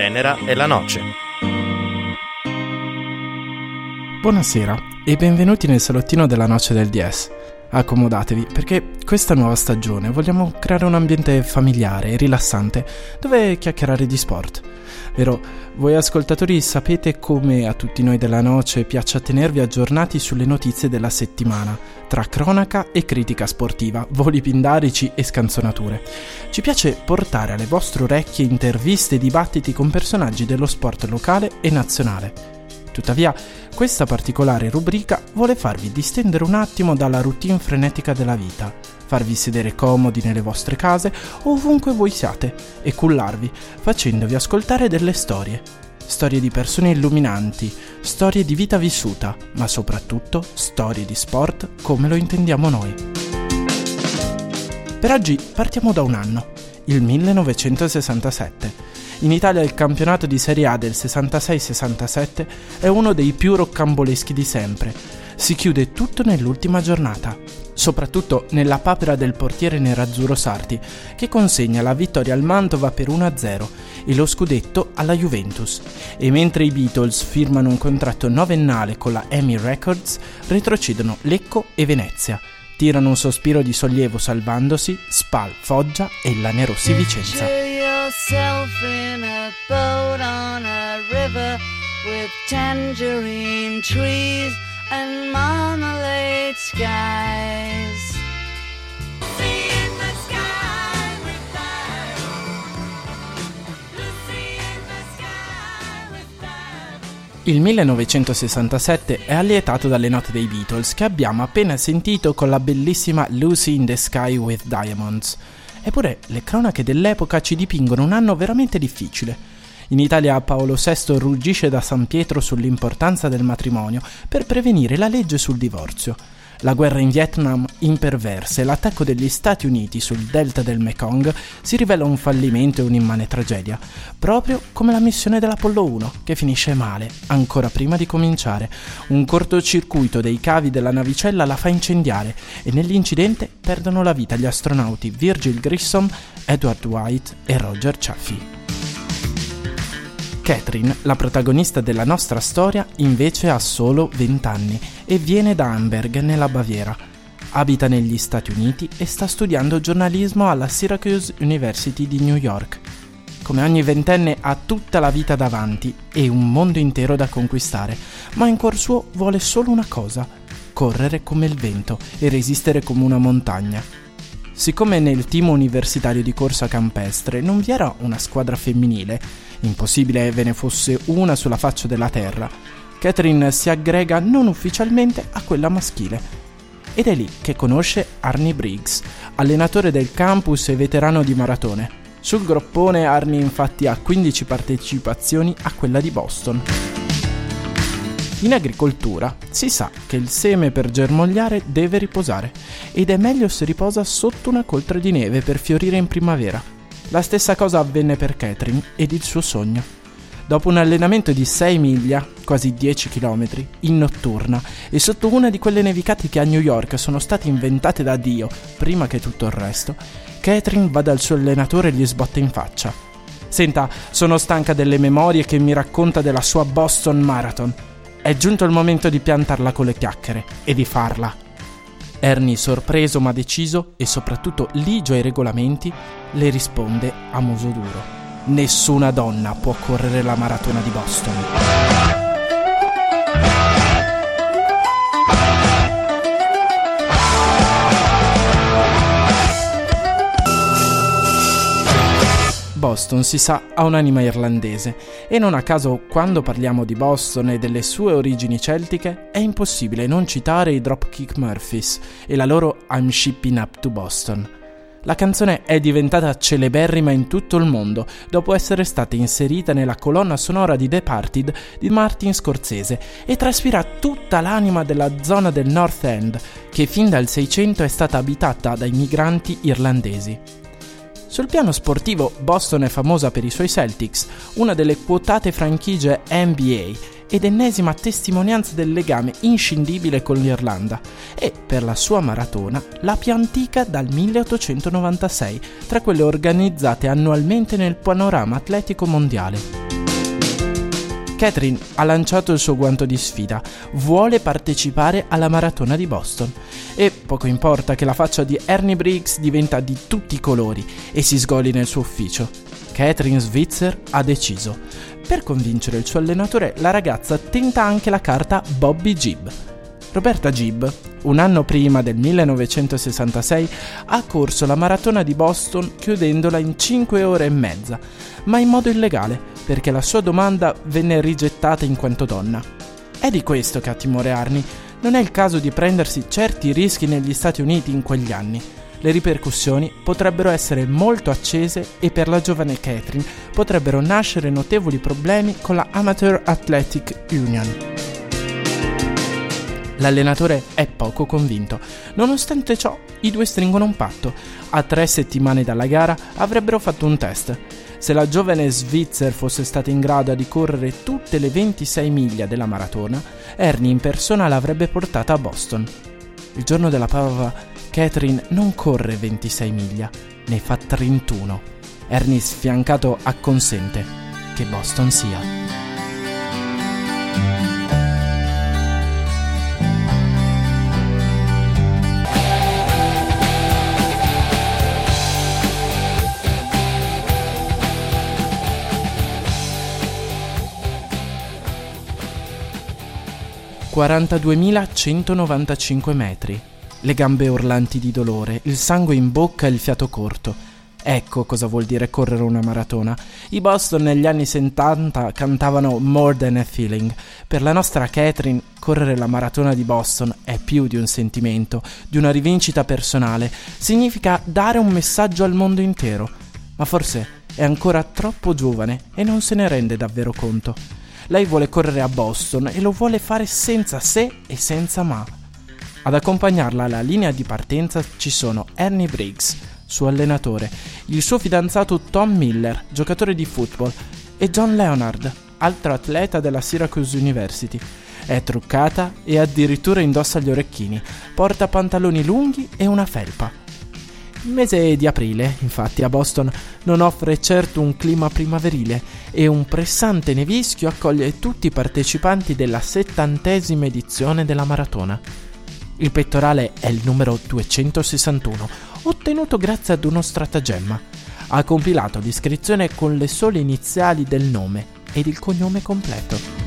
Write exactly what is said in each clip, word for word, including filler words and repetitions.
Tenera e la Noce. Buonasera e benvenuti nel salottino della Noce del D S. Accomodatevi, perché questa nuova stagione vogliamo creare un ambiente familiare e rilassante dove chiacchierare di sport. Vero, voi ascoltatori sapete come a tutti noi della Noce piace tenervi aggiornati sulle notizie della settimana, tra cronaca e critica sportiva, voli pindarici e scanzonature. Ci piace portare alle vostre orecchie interviste e dibattiti con personaggi dello sport locale e nazionale. Tuttavia, questa particolare rubrica vuole farvi distendere un attimo dalla routine frenetica della vita, farvi sedere comodi nelle vostre case o ovunque voi siate e cullarvi, facendovi ascoltare delle storie. Storie di persone illuminanti, storie di vita vissuta, ma soprattutto storie di sport come lo intendiamo noi. Per oggi partiamo da un anno, il millenovecentosessantasette. In Italia il campionato di Serie A del sessantasei sessantasette è uno dei più roccamboleschi di sempre. Si chiude tutto nell'ultima giornata, soprattutto nella papera del portiere nerazzurro Sarti, che consegna la vittoria al Mantova per uno a zero e lo scudetto alla Juventus. E mentre i Beatles firmano un contratto novennale con la EMI Records, retrocedono Lecco e Venezia. Tirano un sospiro di sollievo salvandosi Spal, Foggia e il Lanerossi Vicenza. Yourself in a boat on a river with tangerine trees and marmalade skies. Lucy in the sky with fire. Lucy in the sky with fire. Il millenovecentosessantasette è allietato dalle note dei Beatles che abbiamo appena sentito con la bellissima Lucy in the Sky with Diamonds. Eppure le cronache dell'epoca ci dipingono un anno veramente difficile. In Italia Paolo sesto ruggisce da San Pietro sull'importanza del matrimonio per prevenire la legge sul divorzio. La guerra in Vietnam imperversa e l'attacco degli Stati Uniti sul delta del Mekong si rivela un fallimento e un'immane tragedia, proprio come la missione dell'Apollo uno, che finisce male, ancora prima di cominciare. Un cortocircuito dei cavi della navicella la fa incendiare e nell'incidente perdono la vita gli astronauti Virgil Grissom, Edward White e Roger Chaffee. Catherine, la protagonista della nostra storia, invece ha solo venti anni e viene da Amberg, nella Baviera. Abita negli Stati Uniti e sta studiando giornalismo alla Syracuse University di New York. Come ogni ventenne ha tutta la vita davanti e un mondo intero da conquistare, ma in cuor suo vuole solo una cosa: correre come il vento e resistere come una montagna. Siccome nel team universitario di corsa campestre non vi era una squadra femminile, impossibile ve ne fosse una sulla faccia della terra, Catherine si aggrega non ufficialmente a quella maschile. Ed è lì che conosce Arnie Briggs, allenatore del campus e veterano di maratone. Sul groppone Arnie infatti ha quindici partecipazioni a quella di Boston. In agricoltura si sa che il seme per germogliare deve riposare ed è meglio se riposa sotto una coltre di neve per fiorire in primavera. La stessa cosa avvenne per Catherine ed il suo sogno. Dopo un allenamento di sei miglia, quasi dieci chilometri, in notturna e sotto una di quelle nevicate che a New York sono state inventate da Dio prima che tutto il resto, Catherine va dal suo allenatore e gli sbotta in faccia. «Senta, sono stanca delle memorie che mi racconta della sua Boston Marathon. È giunto il momento di piantarla con le chiacchiere e di farla». Ernie, sorpreso ma deciso e soprattutto ligio ai regolamenti, le risponde a muso duro: «Nessuna donna può correre la maratona di Boston». Boston, si sa, ha un'anima irlandese e non a caso quando parliamo di Boston e delle sue origini celtiche è impossibile non citare i Dropkick Murphys e la loro I'm Shipping Up to Boston. La canzone è diventata celeberrima in tutto il mondo dopo essere stata inserita nella colonna sonora di The Departed di Martin Scorsese e traspira tutta l'anima della zona del North End, che fin dal Seicento è stata abitata dai migranti irlandesi. Sul piano sportivo, Boston è famosa per i suoi Celtics, una delle quotate franchigie N B A ed ennesima testimonianza del legame inscindibile con l'Irlanda, e per la sua maratona la più antica dal milleottocentonovantasei, tra quelle organizzate annualmente nel panorama atletico mondiale. Catherine ha lanciato il suo guanto di sfida, vuole partecipare alla maratona di Boston e poco importa che la faccia di Ernie Briggs diventa di tutti i colori e si sgoli nel suo ufficio. Catherine Switzer ha deciso. Per convincere il suo allenatore, la ragazza tenta anche la carta Bobby Gibb. Roberta Gibb, un anno prima del millenovecentosessantasei, ha corso la maratona di Boston chiudendola in cinque ore e mezza, ma in modo illegale, perché la sua domanda venne rigettata in quanto donna. È di questo che ha timore Arnie. Non è il caso di prendersi certi rischi negli Stati Uniti in quegli anni. Le ripercussioni potrebbero essere molto accese e per la giovane Catherine potrebbero nascere notevoli problemi con la Amateur Athletic Union. L'allenatore è poco convinto. Nonostante ciò, i due stringono un patto. A tre settimane dalla gara avrebbero fatto un test. Se la giovane Switzer fosse stata in grado di correre tutte le ventisei miglia della maratona, Ernie in persona l'avrebbe portata a Boston. Il giorno della prova, Catherine non corre ventisei miglia, ne fa trentuno. Ernie sfiancato acconsente che Boston sia. quarantaduemilacentonovantacinque metri, le gambe urlanti di dolore, il sangue in bocca e il fiato corto. Ecco cosa vuol dire correre una maratona. I Boston negli anni settanta cantavano More Than a Feeling. Per la nostra Catherine, correre la maratona di Boston è più di un sentimento, di una rivincita personale. Significa dare un messaggio al mondo intero. Ma forse è ancora troppo giovane e non se ne rende davvero conto. Lei vuole correre a Boston e lo vuole fare senza se e senza ma. Ad accompagnarla alla linea di partenza ci sono Ernie Briggs, suo allenatore, il suo fidanzato Tom Miller, giocatore di football, e John Leonard, altro atleta della Syracuse University. È truccata e addirittura indossa gli orecchini, porta pantaloni lunghi e una felpa. Il mese di aprile, infatti, a Boston non offre certo un clima primaverile e un pressante nevischio accoglie tutti i partecipanti della settantesima edizione della maratona. Il pettorale è il numero duecentosessantuno, ottenuto grazie ad uno stratagemma. Ha compilato l'iscrizione con le sole iniziali del nome ed il cognome completo.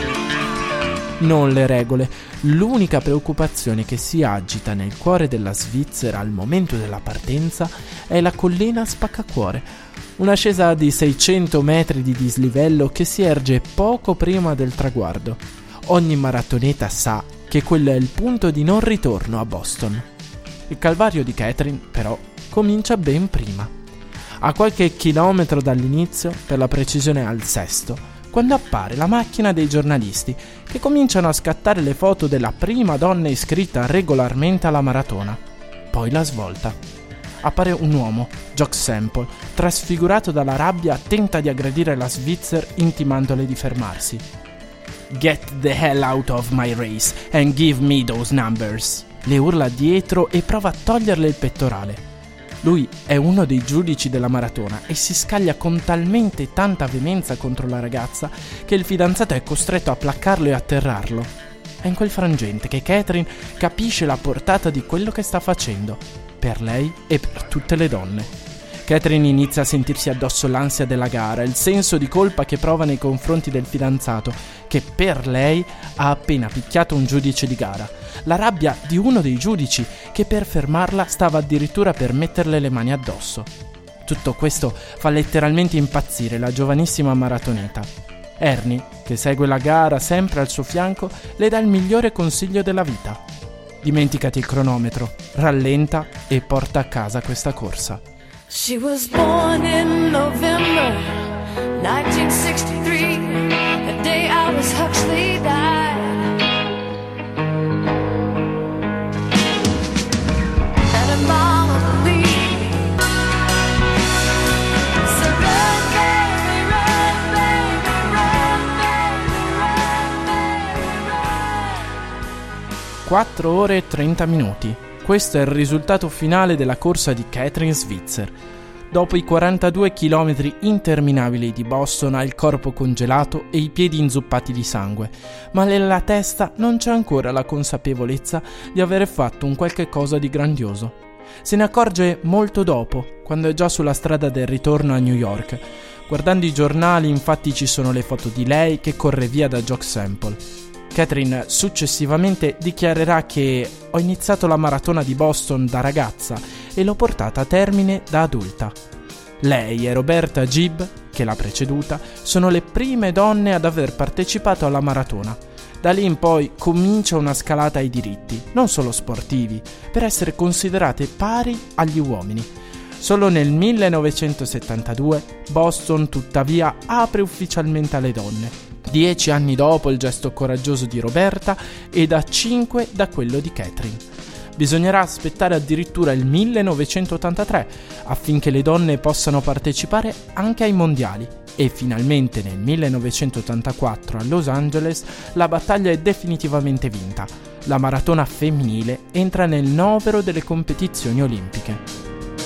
Non le regole. L'unica preoccupazione che si agita nel cuore della Svizzera al momento della partenza è la collina Spaccacuore, un'ascesa di seicento metri di dislivello che si erge poco prima del traguardo. Ogni maratoneta sa che quello è il punto di non ritorno a Boston. Il calvario di Catherine, però, comincia ben prima. A qualche chilometro dall'inizio, per la precisione al sesto, quando appare la macchina dei giornalisti che cominciano a scattare le foto della prima donna iscritta regolarmente alla maratona. Poi la svolta. Appare un uomo, Jock Sample, trasfigurato dalla rabbia, tenta di aggredire la Switzer intimandole di fermarsi. "Get the hell out of my race and give me those numbers", le urla dietro e prova a toglierle il pettorale. Lui è uno dei giudici della maratona e si scaglia con talmente tanta veemenza contro la ragazza che il fidanzato è costretto a placcarlo e atterrarlo. È in quel frangente che Catherine capisce la portata di quello che sta facendo, per lei e per tutte le donne. Catherine inizia a sentirsi addosso l'ansia della gara, il senso di colpa che prova nei confronti del fidanzato, che per lei ha appena picchiato un giudice di gara, la rabbia di uno dei giudici che per fermarla stava addirittura per metterle le mani addosso. Tutto questo fa letteralmente impazzire la giovanissima maratoneta. Ernie, che segue la gara sempre al suo fianco, le dà il migliore consiglio della vita: dimenticati il cronometro, rallenta e porta a casa questa corsa. She was born in November nineteen sixty-three, the day Aldous Huxley died. And her mama believed. So run, baby, run, baby, run, baby, run, baby, run. quattro ore e trenta minuti. Questo è il risultato finale della corsa di Catherine Switzer. Dopo i quarantadue chilometri interminabili di Boston ha il corpo congelato e i piedi inzuppati di sangue, ma nella testa non c'è ancora la consapevolezza di aver fatto un qualche cosa di grandioso. Se ne accorge molto dopo, quando è già sulla strada del ritorno a New York. Guardando i giornali, infatti, ci sono le foto di lei che corre via da Jock Semple. Katherine successivamente dichiarerà che «Ho iniziato la maratona di Boston da ragazza e l'ho portata a termine da adulta». Lei e Roberta Gibb, che l'ha preceduta, sono le prime donne ad aver partecipato alla maratona. Da lì in poi comincia una scalata ai diritti, non solo sportivi, per essere considerate pari agli uomini. Solo nel millenovecentosettantadue Boston, tuttavia, apre ufficialmente alle donne. Dieci anni dopo il gesto coraggioso di Roberta e da cinque da quello di Katherine. Bisognerà aspettare addirittura il millenovecentottantatré affinché le donne possano partecipare anche ai mondiali e finalmente nel millenovecentottantaquattro a Los Angeles la battaglia è definitivamente vinta. La maratona femminile entra nel novero delle competizioni olimpiche.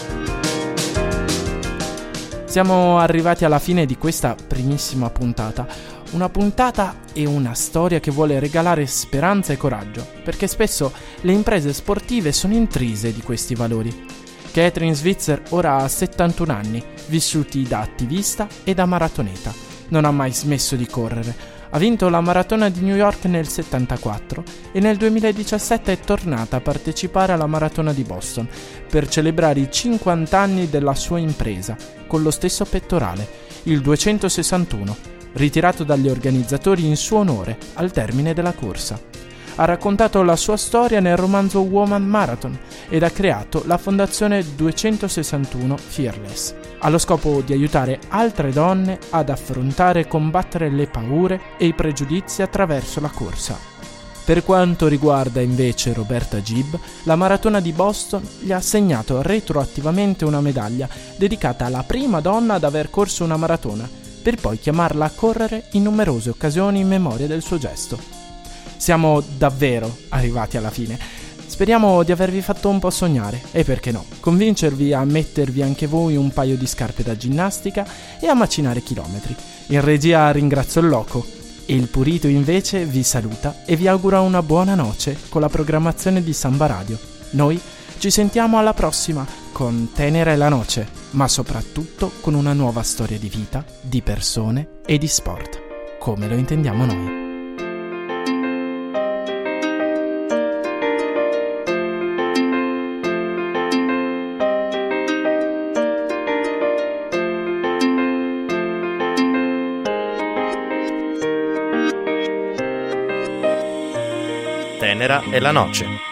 Siamo arrivati alla fine di questa primissima puntata. Una puntata e una storia che vuole regalare speranza e coraggio, perché spesso le imprese sportive sono intrise di questi valori. Katherine Switzer ora ha settantuno anni, vissuti da attivista e da maratoneta. Non ha mai smesso di correre. Ha vinto la maratona di New York nel settantaquattro e nel duemiladiciassette è tornata a partecipare alla maratona di Boston per celebrare i cinquanta anni della sua impresa, con lo stesso pettorale, il duecentosessantuno, ritirato dagli organizzatori in suo onore al termine della corsa. Ha raccontato la sua storia nel romanzo Woman Marathon ed ha creato la fondazione duecentosessantuno Fearless, allo scopo di aiutare altre donne ad affrontare e combattere le paure e i pregiudizi attraverso la corsa. Per quanto riguarda invece Roberta Gibb, la maratona di Boston gli ha assegnato retroattivamente una medaglia dedicata alla prima donna ad aver corso una maratona, per poi chiamarla a correre in numerose occasioni in memoria del suo gesto. Siamo davvero arrivati alla fine. Speriamo di avervi fatto un po' sognare e, perché no, convincervi a mettervi anche voi un paio di scarpe da ginnastica e a macinare chilometri. In regia ringrazio il Loco e il Purito invece vi saluta e vi augura una buona noce con la programmazione di Samba Radio. Noi ci sentiamo alla prossima con Tenera e la Noce, ma soprattutto con una nuova storia di vita, di persone e di sport, come lo intendiamo noi. Tenera e la Noce.